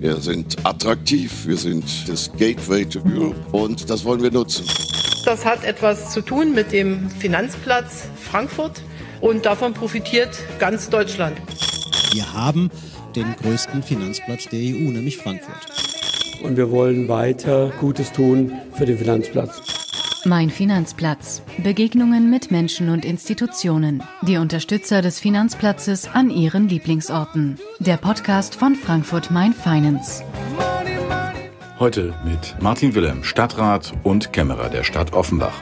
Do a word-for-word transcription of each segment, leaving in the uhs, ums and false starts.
Wir sind attraktiv, wir sind das Gateway to Europe und das wollen wir nutzen. Das hat etwas zu tun mit dem Finanzplatz Frankfurt und davon profitiert ganz Deutschland. Wir haben den größten Finanzplatz der E U, nämlich Frankfurt. Und wir wollen weiter Gutes tun für den Finanzplatz. Mein Finanzplatz. Begegnungen mit Menschen und Institutionen. Die Unterstützer des Finanzplatzes an ihren Lieblingsorten. Der Podcast von Frankfurt Main Finance. Heute mit Martin Wilhelm, Stadtrat und Kämmerer der Stadt Offenbach.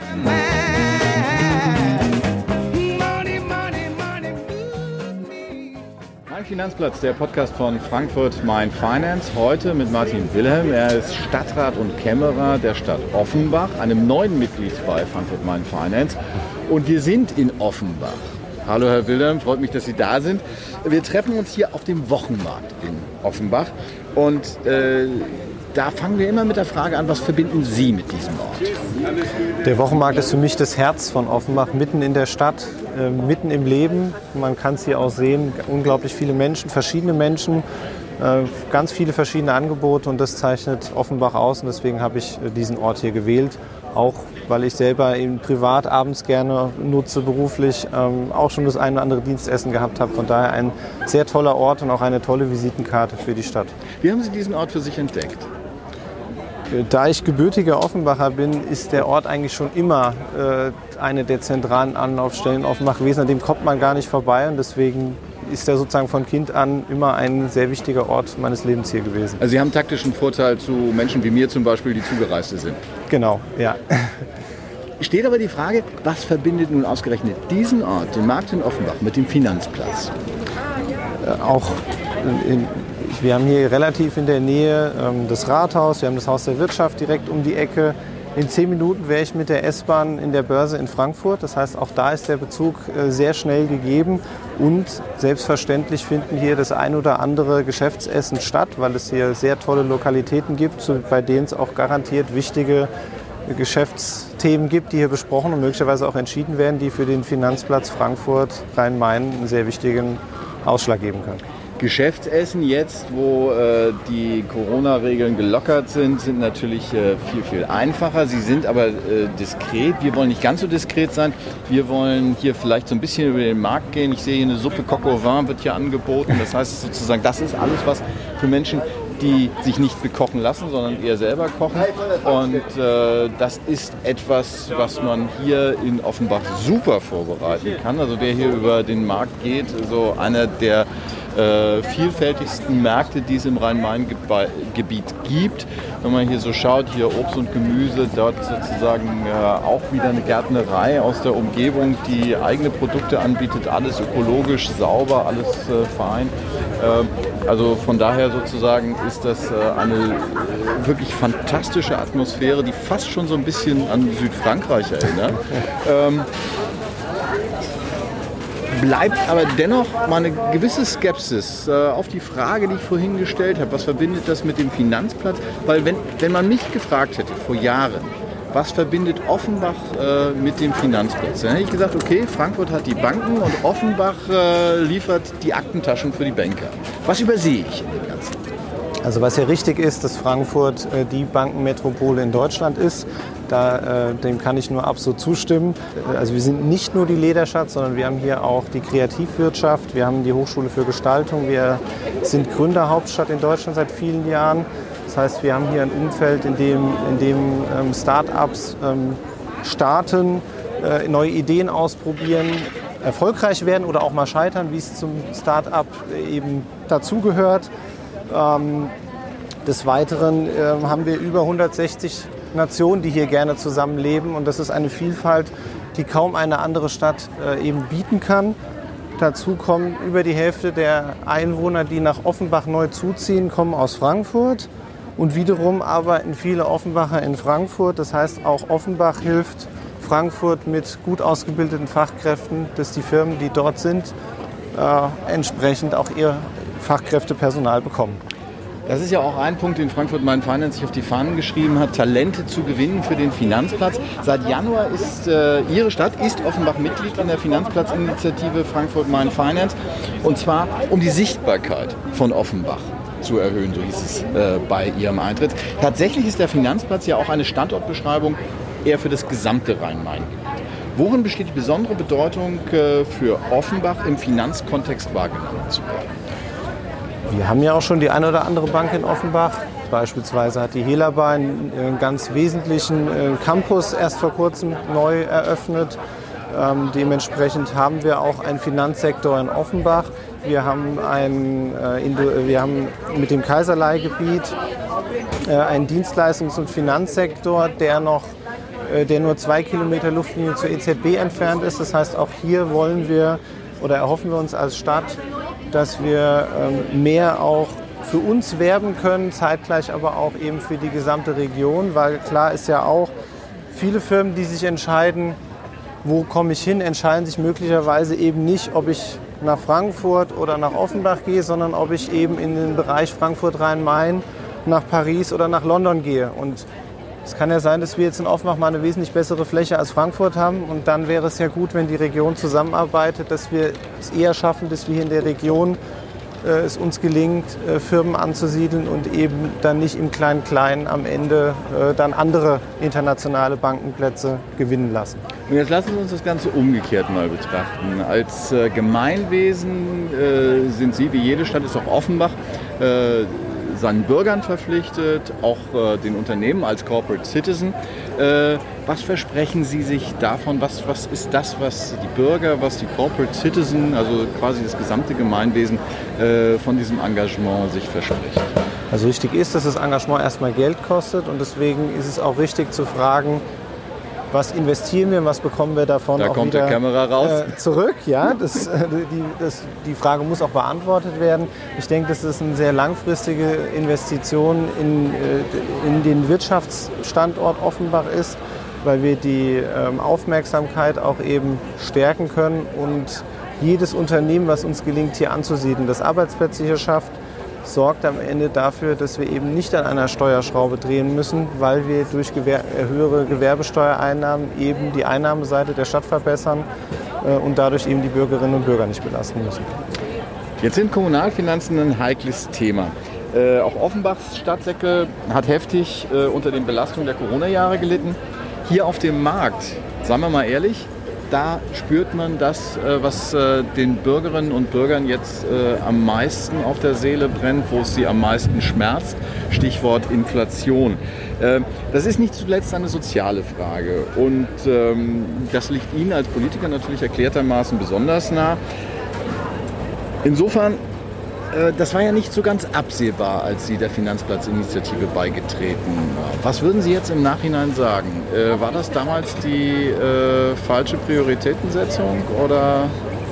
Mein Finanzplatz, der Podcast von Frankfurt Main Finance. Heute mit Martin Wilhelm. Er ist Stadtrat und Kämmerer der Stadt Offenbach, einem neuen Mitglied bei Frankfurt Main Finance. Und wir sind in Offenbach. Hallo Herr Wilhelm, freut mich, dass Sie da sind. Wir treffen uns hier auf dem Wochenmarkt in Offenbach. Und äh, da fangen wir immer mit der Frage an, was verbinden Sie mit diesem Ort? Der Wochenmarkt ist für mich das Herz von Offenbach, mitten in der Stadt, äh, mitten im Leben. Man kann es hier auch sehen, unglaublich viele Menschen, verschiedene Menschen, äh, ganz viele verschiedene Angebote und das zeichnet Offenbach aus und deswegen habe ich äh, diesen Ort hier gewählt. Auch weil ich selber eben privat abends gerne nutze, beruflich, ähm, auch schon das eine oder andere Dienstessen gehabt habe. Von daher ein sehr toller Ort und auch eine tolle Visitenkarte für die Stadt. Wie haben Sie diesen Ort für sich entdeckt? Da ich gebürtiger Offenbacher bin, ist der Ort eigentlich schon immer äh, eine der zentralen Anlaufstellen Offenbach gewesen. An dem kommt man gar nicht vorbei und deswegen ist er sozusagen von Kind an immer ein sehr wichtiger Ort meines Lebens hier gewesen. Also Sie haben einen taktischen Vorteil zu Menschen wie mir zum Beispiel, die Zugereiste sind. Genau, ja. Steht aber die Frage, was verbindet nun ausgerechnet diesen Ort, den Markt in Offenbach, mit dem Finanzplatz? Äh, auch in, wir haben hier relativ in der Nähe ähm, das Rathaus, wir haben das Haus der Wirtschaft direkt um die Ecke. In zehn Minuten wäre ich mit der S-Bahn in der Börse in Frankfurt. Das heißt, auch da ist der Bezug äh, sehr schnell gegeben. Und selbstverständlich finden hier das ein oder andere Geschäftsessen statt, weil es hier sehr tolle Lokalitäten gibt, so, bei denen es auch garantiert wichtige Geschäftsthemen gibt, die hier besprochen und möglicherweise auch entschieden werden, die für den Finanzplatz Frankfurt Rhein-Main einen sehr wichtigen Ausschlag geben können. Geschäftsessen jetzt, wo äh, die Corona-Regeln gelockert sind, sind natürlich äh, viel, viel einfacher. Sie sind aber äh, diskret. Wir wollen nicht ganz so diskret sein. Wir wollen hier vielleicht so ein bisschen über den Markt gehen. Ich sehe hier eine Suppe Coq au vin wird hier angeboten. Das heißt sozusagen, das ist alles was für Menschen, die sich nicht bekochen lassen, sondern eher selber kochen. Und äh, das ist etwas, was man hier in Offenbach super vorbereiten kann. Also wer hier über den Markt geht, so einer der Äh, vielfältigsten Märkte, die es im Rhein-Main-Gebiet gibt. Wenn man hier so schaut, hier Obst und Gemüse, dort sozusagen äh, auch wieder eine Gärtnerei aus der Umgebung, die eigene Produkte anbietet, alles ökologisch, sauber, alles äh, fein. Äh, also von daher sozusagen ist das äh, eine wirklich fantastische Atmosphäre, die fast schon so ein bisschen an Südfrankreich erinnert. Ähm, Bleibt aber dennoch mal eine gewisse Skepsis äh, auf die Frage, die ich vorhin gestellt habe. Was verbindet das mit dem Finanzplatz? Weil wenn, wenn man mich gefragt hätte vor Jahren, was verbindet Offenbach äh, mit dem Finanzplatz? Dann hätte ich gesagt, okay, Frankfurt hat die Banken und Offenbach äh, liefert die Aktentaschen für die Banker. Was übersehe ich in dem Ganzen? Also was ja richtig ist, dass Frankfurt äh, die Bankenmetropole in Deutschland ist. Da, äh, dem kann ich nur absolut zustimmen. Also wir sind nicht nur die Lederstadt, sondern wir haben hier auch die Kreativwirtschaft, wir haben die Hochschule für Gestaltung, wir sind Gründerhauptstadt in Deutschland seit vielen Jahren. Das heißt, wir haben hier ein Umfeld, in dem, in dem ähm, Start-ups ähm, starten, äh, neue Ideen ausprobieren, erfolgreich werden oder auch mal scheitern, wie es zum Start-up eben dazugehört. Ähm, des Weiteren äh, haben wir über hundertsechzig Nationen, die hier gerne zusammenleben und das ist eine Vielfalt, die kaum eine andere Stadt äh, eben bieten kann. Dazu kommen über die Hälfte der Einwohner, die nach Offenbach neu zuziehen, kommen aus Frankfurt und wiederum arbeiten viele Offenbacher in Frankfurt. Das heißt, auch Offenbach hilft Frankfurt mit gut ausgebildeten Fachkräften, dass die Firmen, die dort sind, äh, entsprechend auch ihr Fachkräftepersonal bekommen. Das ist ja auch ein Punkt, den Frankfurt Main Finance sich auf die Fahnen geschrieben hat, Talente zu gewinnen für den Finanzplatz. Seit Januar ist äh, Ihre Stadt, ist Offenbach Mitglied in der Finanzplatzinitiative Frankfurt Main Finance. Und zwar um die Sichtbarkeit von Offenbach zu erhöhen, so hieß es äh, bei Ihrem Eintritt. Tatsächlich ist der Finanzplatz ja auch eine Standortbeschreibung eher für das gesamte Rhein-Main-Gebiet. Worin besteht die besondere Bedeutung äh, für Offenbach im Finanzkontext wahrgenommen zu werden? Wir haben ja auch schon die eine oder andere Bank in Offenbach. Beispielsweise hat die Helaba einen, einen ganz wesentlichen äh, Campus erst vor kurzem neu eröffnet. Ähm, dementsprechend haben wir auch einen Finanzsektor in Offenbach. Wir haben, ein, äh, Indo- wir haben mit dem Kaiserlei-Gebiet äh, einen Dienstleistungs- und Finanzsektor, der noch äh, der nur zwei Kilometer Luftlinie zur E Z B entfernt ist. Das heißt, auch hier wollen wir oder erhoffen wir uns als Stadt, dass wir ähm, mehr auch für uns werben können, zeitgleich aber auch eben für die gesamte Region, weil klar ist ja auch, viele Firmen, die sich entscheiden, wo komme ich hin, entscheiden sich möglicherweise eben nicht, ob ich nach Frankfurt oder nach Offenbach gehe, sondern ob ich eben in den Bereich Frankfurt-Rhein-Main, nach Paris oder nach London gehe. Und es kann ja sein, dass wir jetzt in Offenbach mal eine wesentlich bessere Fläche als Frankfurt haben. Und dann wäre es ja gut, wenn die Region zusammenarbeitet, dass wir es eher schaffen, dass wir hier in der Region äh, es uns gelingt, äh, Firmen anzusiedeln und eben dann nicht im Klein-Klein am Ende äh, dann andere internationale Bankenplätze gewinnen lassen. Und jetzt lassen Sie uns das Ganze umgekehrt mal betrachten. Als äh, Gemeinwesen äh, sind Sie, wie jede Stadt ist auch Offenbach, äh, seinen Bürgern verpflichtet, auch äh, den Unternehmen als Corporate Citizen. Äh, was versprechen Sie sich davon? Was, was ist das, was die Bürger, was die Corporate Citizen, also quasi das gesamte Gemeinwesen äh, von diesem Engagement sich verspricht? Also richtig ist, dass das Engagement erstmal Geld kostet und deswegen ist es auch richtig zu fragen, was investieren wir und was bekommen wir davon da auch kommt wieder die Kamera raus. Äh, zurück? Ja, das, äh, die, das, die Frage muss auch beantwortet werden. Ich denke, dass es eine sehr langfristige Investition in, äh, in den Wirtschaftsstandort Offenbach ist, weil wir die ähm, Aufmerksamkeit auch eben stärken können und jedes Unternehmen, was uns gelingt, hier anzusiedeln, das Arbeitsplätze hier schafft, sorgt am Ende dafür, dass wir eben nicht an einer Steuerschraube drehen müssen, weil wir durch Gewer- höhere Gewerbesteuereinnahmen eben die Einnahmeseite der Stadt verbessern äh, und dadurch eben die Bürgerinnen und Bürger nicht belasten müssen. Jetzt sind Kommunalfinanzen ein heikles Thema. Äh, auch Offenbachs Stadtsäcke hat heftig äh, unter den Belastungen der Corona-Jahre gelitten. Hier auf dem Markt, sagen wir mal ehrlich, da spürt man das, was den Bürgerinnen und Bürgern jetzt am meisten auf der Seele brennt, wo es sie am meisten schmerzt. Stichwort Inflation. Das ist nicht zuletzt eine soziale Frage und das liegt Ihnen als Politiker natürlich erklärtermaßen besonders nah. Insofern, das war ja nicht so ganz absehbar, als Sie der Finanzplatzinitiative beigetreten waren. Was würden Sie jetzt im Nachhinein sagen? Äh, war das damals die äh, falsche Prioritätensetzung oder?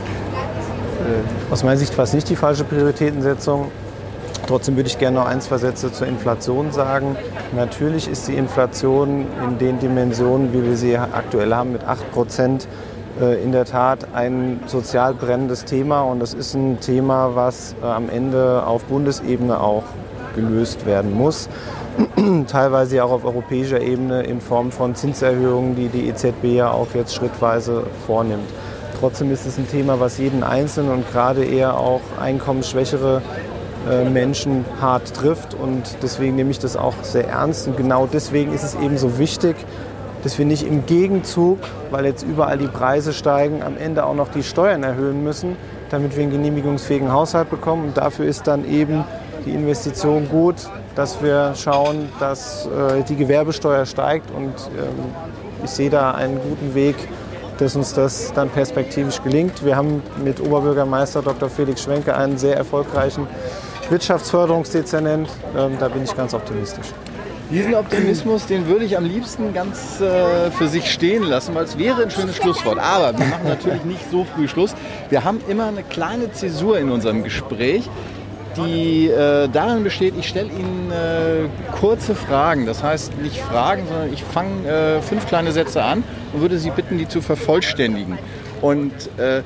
Äh, aus meiner Sicht war es nicht die falsche Prioritätensetzung. Trotzdem würde ich gerne noch ein, zwei Sätze zur Inflation sagen. Natürlich ist die Inflation in den Dimensionen, wie wir sie aktuell haben, mit acht Prozent in der Tat ein sozial brennendes Thema und das ist ein Thema, was am Ende auf Bundesebene auch gelöst werden muss. Teilweise auch auf europäischer Ebene in Form von Zinserhöhungen, die die E Z B ja auch jetzt schrittweise vornimmt. Trotzdem ist es ein Thema, was jeden Einzelnen und gerade eher auch einkommensschwächere Menschen hart trifft und deswegen nehme ich das auch sehr ernst und genau deswegen ist es eben so wichtig, dass wir nicht im Gegenzug, weil jetzt überall die Preise steigen, am Ende auch noch die Steuern erhöhen müssen, damit wir einen genehmigungsfähigen Haushalt bekommen. Und dafür ist dann eben die Investition gut, dass wir schauen, dass äh, die Gewerbesteuer steigt. Und ähm, ich sehe da einen guten Weg, dass uns das dann perspektivisch gelingt. Wir haben mit Oberbürgermeister Doktor Felix Schwenke einen sehr erfolgreichen Wirtschaftsförderungsdezernent. Ähm, da bin ich ganz optimistisch. Diesen Optimismus, den würde ich am liebsten ganz äh, für sich stehen lassen, weil es wäre ein schönes Schlusswort. Aber wir machen natürlich nicht so früh Schluss. Wir haben immer eine kleine Zäsur in unserem Gespräch, die äh, darin besteht, ich stelle Ihnen äh, kurze Fragen. Das heißt nicht Fragen, sondern ich fange äh, fünf kleine Sätze an und würde Sie bitten, die zu vervollständigen. Und äh,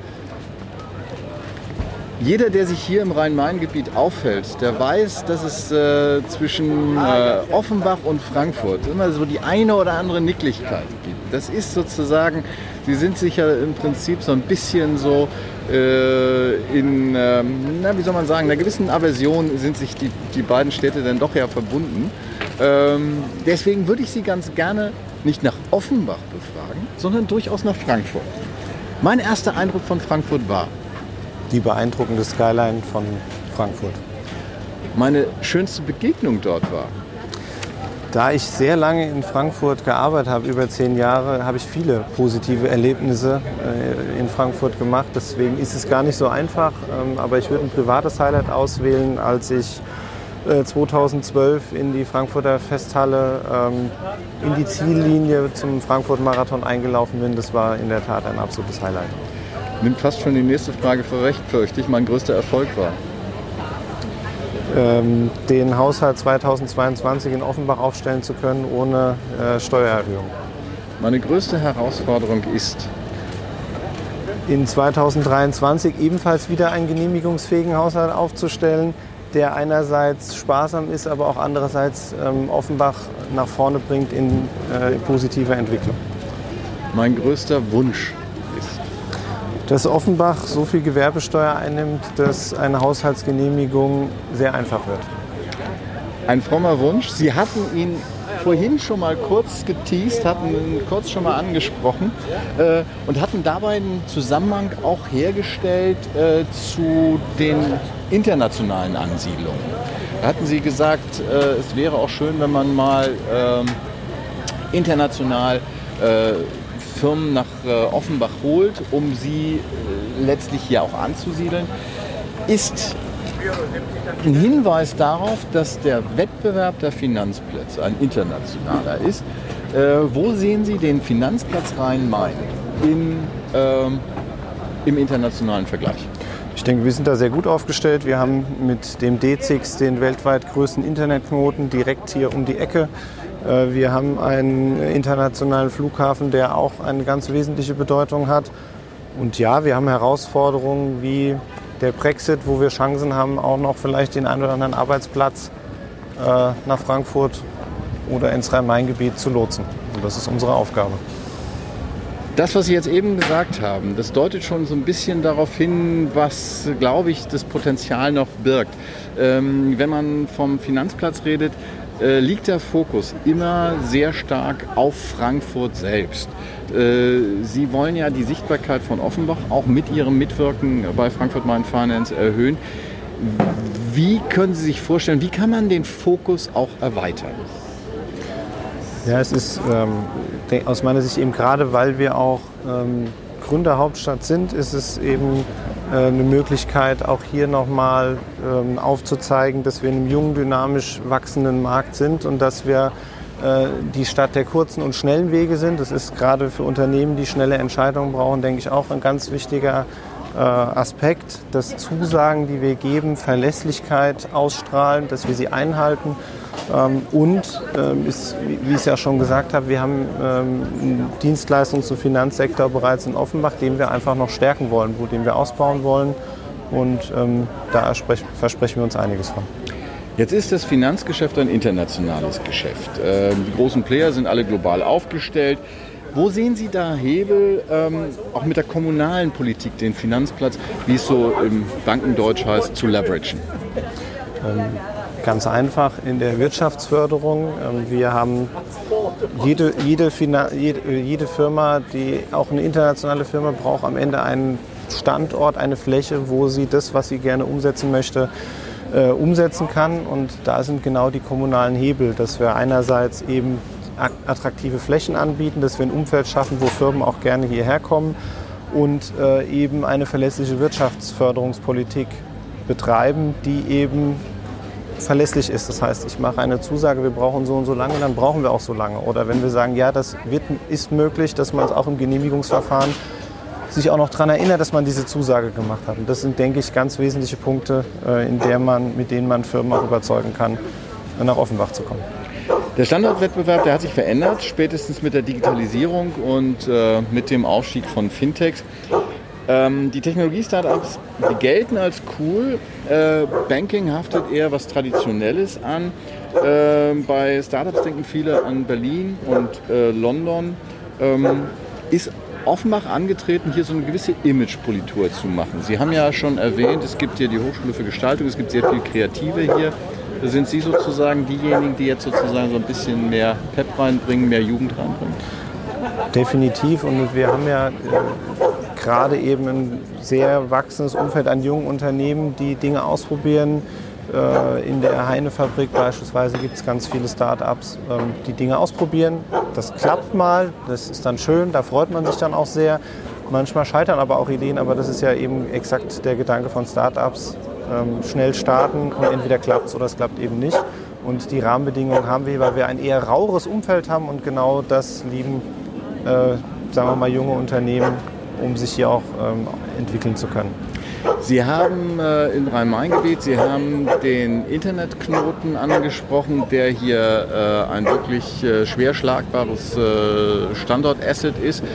jeder, der sich hier im Rhein-Main-Gebiet aufhält, der weiß, dass es äh, zwischen äh, Offenbach und Frankfurt immer so die eine oder andere Nicklichkeit gibt. Das ist sozusagen, Sie sind sich ja im Prinzip so ein bisschen so Äh, in, ähm, na, wie soll man sagen, einer gewissen Aversion sind sich die, die beiden Städte dann doch ja verbunden. Ähm, deswegen würde ich Sie ganz gerne nicht nach Offenbach befragen, sondern durchaus nach Frankfurt. Mein erster Eindruck von Frankfurt war? Die beeindruckende Skyline von Frankfurt. Meine schönste Begegnung dort war? Da ich sehr lange in Frankfurt gearbeitet habe, über zehn Jahre, habe ich viele positive Erlebnisse äh, in Frankfurt gemacht. Deswegen ist es gar nicht so einfach. Ähm, aber ich würde ein privates Highlight auswählen, als ich äh, zweitausendzwölf in die Frankfurter Festhalle ähm, in die Ziellinie zum Frankfurt-Marathon eingelaufen bin. Das war in der Tat ein absolutes Highlight. Nimmt fast schon die nächste Frage vorweg, fürchte ich, mein größter Erfolg war. Ähm, den Haushalt zweitausendzweiundzwanzig in Offenbach aufstellen zu können ohne äh, Steuererhöhung. Meine größte Herausforderung ist? In zweitausenddreiundzwanzig ebenfalls wieder einen genehmigungsfähigen Haushalt aufzustellen, der einerseits sparsam ist, aber auch andererseits ähm, Offenbach nach vorne bringt in äh, positiver Entwicklung. Mein größter Wunsch? Dass Offenbach so viel Gewerbesteuer einnimmt, dass eine Haushaltsgenehmigung sehr einfach wird. Ein frommer Wunsch. Sie hatten ihn vorhin schon mal kurz geteast, hatten ihn kurz schon mal angesprochen äh, und hatten dabei einen Zusammenhang auch hergestellt äh, zu den internationalen Ansiedlungen. Da hatten Sie gesagt, äh, es wäre auch schön, wenn man mal äh, international äh, Firmen nach äh, Offenbach holt, um sie äh, letztlich hier auch anzusiedeln, ist ein Hinweis darauf, dass der Wettbewerb der Finanzplätze ein internationaler ist. Äh, wo sehen Sie den Finanzplatz Rhein-Main in, ähm, im internationalen Vergleich? Ich denke, wir sind da sehr gut aufgestellt. Wir haben mit dem D Z I X den weltweit größten Internetknoten direkt hier um die Ecke. Wir haben einen internationalen Flughafen, der auch eine ganz wesentliche Bedeutung hat. Und ja, wir haben Herausforderungen wie der Brexit, wo wir Chancen haben, auch noch vielleicht den einen oder anderen Arbeitsplatz äh, nach Frankfurt oder ins Rhein-Main-Gebiet zu lotsen. Und das ist unsere Aufgabe. Das, was Sie jetzt eben gesagt haben, das deutet schon so ein bisschen darauf hin, was, glaube ich, das Potenzial noch birgt. Ähm, wenn man vom Finanzplatz redet, äh, liegt der Fokus immer sehr stark auf Frankfurt selbst. Äh, Sie wollen ja die Sichtbarkeit von Offenbach auch mit Ihrem Mitwirken bei Frankfurt Main Finance erhöhen. Wie können Sie sich vorstellen, wie kann man den Fokus auch erweitern? Ja, es ist ähm, aus meiner Sicht eben gerade, weil wir auch ähm, Gründerhauptstadt sind, ist es eben äh, eine Möglichkeit, auch hier nochmal ähm, aufzuzeigen, dass wir in einem jungen, dynamisch wachsenden Markt sind und dass wir äh, die Stadt der kurzen und schnellen Wege sind. Das ist gerade für Unternehmen, die schnelle Entscheidungen brauchen, denke ich, auch ein ganz wichtiger äh, Aspekt. Dass Zusagen, die wir geben, Verlässlichkeit ausstrahlen, dass wir sie einhalten. Ähm, und, ähm, ist, wie, wie ich es ja schon gesagt habe, wir haben ähm, einen Dienstleistungs- und Finanzsektor bereits in Offenbach, den wir einfach noch stärken wollen, wo den wir ausbauen wollen. Und ähm, da versprechen wir uns einiges von. Jetzt ist das Finanzgeschäft ein internationales Geschäft. Ähm, die großen Player sind alle global aufgestellt. Wo sehen Sie da Hebel, ähm, auch mit der kommunalen Politik, den Finanzplatz, wie es so im Bankendeutsch heißt, zu leveragen? Ähm, Ganz einfach in der Wirtschaftsförderung. Wir haben jede, jede, jede, jede Firma, die auch eine internationale Firma braucht, am Ende einen Standort, eine Fläche, wo sie das, was sie gerne umsetzen möchte, äh, umsetzen kann. Und da sind genau die kommunalen Hebel, dass wir einerseits eben attraktive Flächen anbieten, dass wir ein Umfeld schaffen, wo Firmen auch gerne hierher kommen und äh, eben eine verlässliche Wirtschaftsförderungspolitik betreiben, die eben verlässlich ist. Das heißt, ich mache eine Zusage, wir brauchen so und so lange, dann brauchen wir auch so lange. Oder wenn wir sagen, ja, das wird, ist möglich, dass man es auch im Genehmigungsverfahren sich auch noch daran erinnert, dass man diese Zusage gemacht hat. Und das sind, denke ich, ganz wesentliche Punkte, in der man, mit denen man Firmen auch überzeugen kann, nach Offenbach zu kommen. Der Standortwettbewerb, der hat sich verändert, spätestens mit der Digitalisierung und äh, mit dem Aufstieg von Fintechs. Ähm, die Technologie-Startups, die gelten als cool. Äh, Banking haftet eher was Traditionelles an. Äh, bei Startups denken viele an Berlin und äh, London. Ähm, ist Offenbach angetreten, hier so eine gewisse Imagepolitur zu machen. Sie haben ja schon erwähnt, es gibt hier die Hochschule für Gestaltung, es gibt sehr viel Kreative hier. Sind Sie sozusagen diejenigen, die jetzt sozusagen so ein bisschen mehr Pep reinbringen, mehr Jugend reinbringen? Definitiv, und wir haben ja äh, gerade eben ein sehr wachsendes Umfeld an jungen Unternehmen, die Dinge ausprobieren. Äh, in der Heine-Fabrik beispielsweise gibt es ganz viele Start-ups, ähm, die Dinge ausprobieren. Das klappt mal, das ist dann schön, da freut man sich dann auch sehr. Manchmal scheitern aber auch Ideen, aber das ist ja eben exakt der Gedanke von Start-ups. Ähm, schnell starten und entweder klappt es oder es klappt eben nicht. Und die Rahmenbedingungen haben wir, weil wir ein eher raueres Umfeld haben und genau das lieben, äh, sagen wir mal, junge Unternehmen, um sich hier auch ähm, entwickeln zu können. Sie haben äh, im Rhein-Main-Gebiet, Sie haben den Internetknoten angesprochen, der hier äh, ein wirklich äh, schwer schlagbares äh, Standort-Asset ist.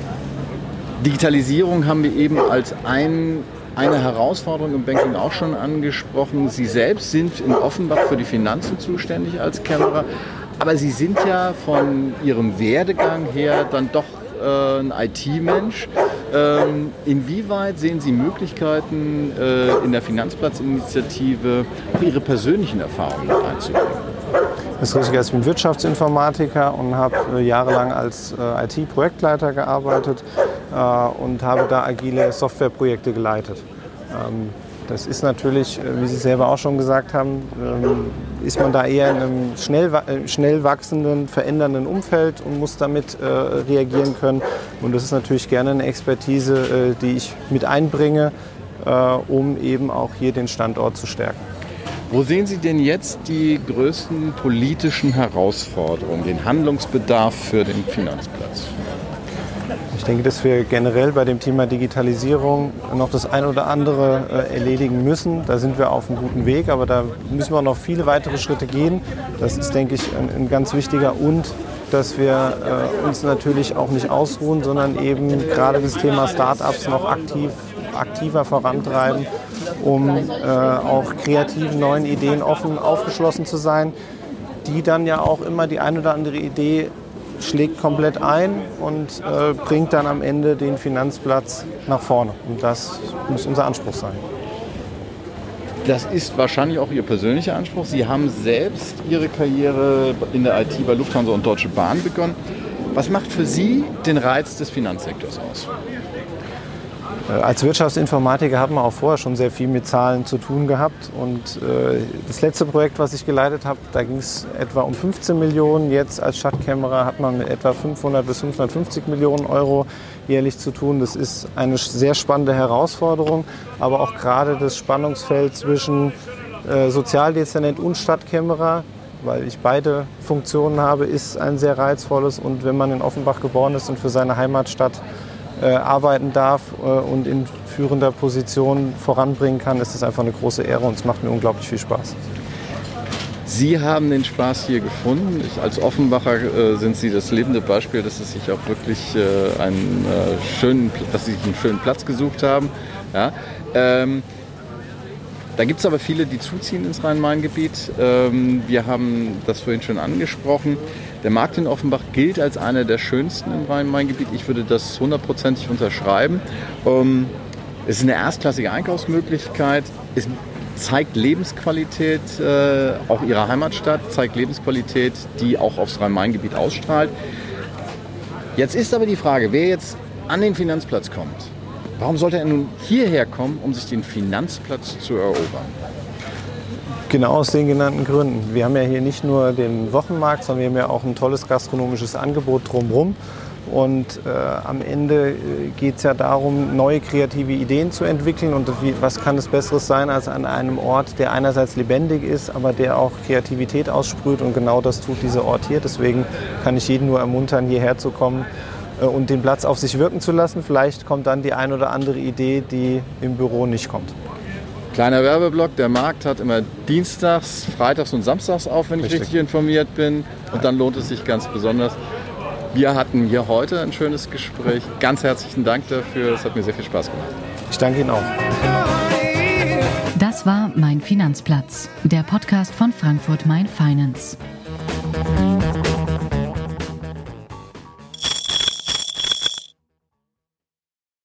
Digitalisierung haben wir eben als ein Eine Herausforderung im Banking auch schon angesprochen. Sie selbst sind in Offenbach für die Finanzen zuständig als Kämmerer, aber Sie sind ja von Ihrem Werdegang her dann doch äh, ein I T-Mensch. Ähm, inwieweit sehen Sie Möglichkeiten, äh, in der Finanzplatzinitiative auch Ihre persönlichen Erfahrungen einzubringen? Das ist richtig, ich bin Wirtschaftsinformatiker und habe äh, jahrelang als äh, I T-Projektleiter gearbeitet äh, und habe da agile Softwareprojekte geleitet. Ähm, das ist natürlich, äh, wie Sie selber auch schon gesagt haben, ähm, ist man da eher in einem schnell, äh, schnell wachsenden, verändernden Umfeld und muss damit äh, reagieren können. Und das ist natürlich gerne eine Expertise, äh, die ich mit einbringe, äh, um eben auch hier den Standort zu stärken. Wo sehen Sie denn jetzt die größten politischen Herausforderungen, den Handlungsbedarf für den Finanzplatz? Ich denke, dass wir generell bei dem Thema Digitalisierung noch das ein oder andere äh, erledigen müssen. Da sind wir auf einem guten Weg, aber da müssen wir noch viele weitere Schritte gehen. Das ist, denke ich, ein, ein ganz wichtiger, und dass wir äh, uns natürlich auch nicht ausruhen, sondern eben gerade das Thema Start-ups noch aktiv, aktiver vorantreiben, um äh, auch kreativen neuen Ideen offen aufgeschlossen zu sein, die dann ja auch immer die eine oder andere Idee schlägt komplett ein und äh, bringt dann am Ende den Finanzplatz nach vorne. Und das muss unser Anspruch sein. Das ist wahrscheinlich auch Ihr persönlicher Anspruch. Sie haben selbst Ihre Karriere in der I T bei Lufthansa und Deutsche Bahn begonnen. Was macht für Sie den Reiz des Finanzsektors aus? Als Wirtschaftsinformatiker hat man auch vorher schon sehr viel mit Zahlen zu tun gehabt. Und äh, das letzte Projekt, was ich geleitet habe, da ging es etwa um fünfzehn Millionen. Jetzt als Stadtkämmerer hat man mit etwa fünfhundert bis fünfhundertfünfzig Millionen Euro jährlich zu tun. Das ist eine sehr spannende Herausforderung, aber auch gerade das Spannungsfeld zwischen äh, Sozialdezernent und Stadtkämmerer, weil ich beide Funktionen habe, ist ein sehr reizvolles. Und wenn man in Offenbach geboren ist und für seine Heimatstadt Äh, arbeiten darf äh, und in führender Position voranbringen kann, ist das einfach eine große Ehre und es macht mir unglaublich viel Spaß. Sie haben den Spaß hier gefunden. Ich, als Offenbacher äh, sind Sie das lebende Beispiel, dass Sie sich auch wirklich äh, einen, äh, schönen, dass Sie sich einen schönen Platz gesucht haben. Ja? Ähm, da gibt es aber viele, die zuziehen ins Rhein-Main-Gebiet. Ähm, wir haben das vorhin schon angesprochen. Der Markt in Offenbach gilt als einer der schönsten im Rhein-Main-Gebiet. Ich würde das hundertprozentig unterschreiben. Ähm, es ist eine erstklassige Einkaufsmöglichkeit. Es zeigt Lebensqualität, äh, auch Ihrer Heimatstadt, zeigt Lebensqualität, die auch aufs Rhein-Main-Gebiet ausstrahlt. Jetzt ist aber die Frage, wer jetzt an den Finanzplatz kommt, warum sollte er nun hierher kommen, um sich den Finanzplatz zu erobern? Genau aus den genannten Gründen. Wir haben ja hier nicht nur den Wochenmarkt, sondern wir haben ja auch ein tolles gastronomisches Angebot drumherum. Und äh, am Ende geht es ja darum, neue kreative Ideen zu entwickeln. Und wie, was kann es Besseres sein, als an einem Ort, der einerseits lebendig ist, aber der auch Kreativität aussprüht. Und genau das tut dieser Ort hier. Deswegen kann ich jeden nur ermuntern, hierher zu kommen äh, und den Platz auf sich wirken zu lassen. Vielleicht kommt dann die ein oder andere Idee, die im Büro nicht kommt. Kleiner Werbeblock, der Markt hat immer dienstags, freitags und samstags auf, wenn ich richtig, richtig informiert bin. Und dann lohnt es sich ganz besonders. Wir hatten hier heute ein schönes Gespräch. Ganz herzlichen Dank dafür. Es hat mir sehr viel Spaß gemacht. Ich danke Ihnen auch. Das war Mein Finanzplatz, der Podcast von Frankfurt Main Finance.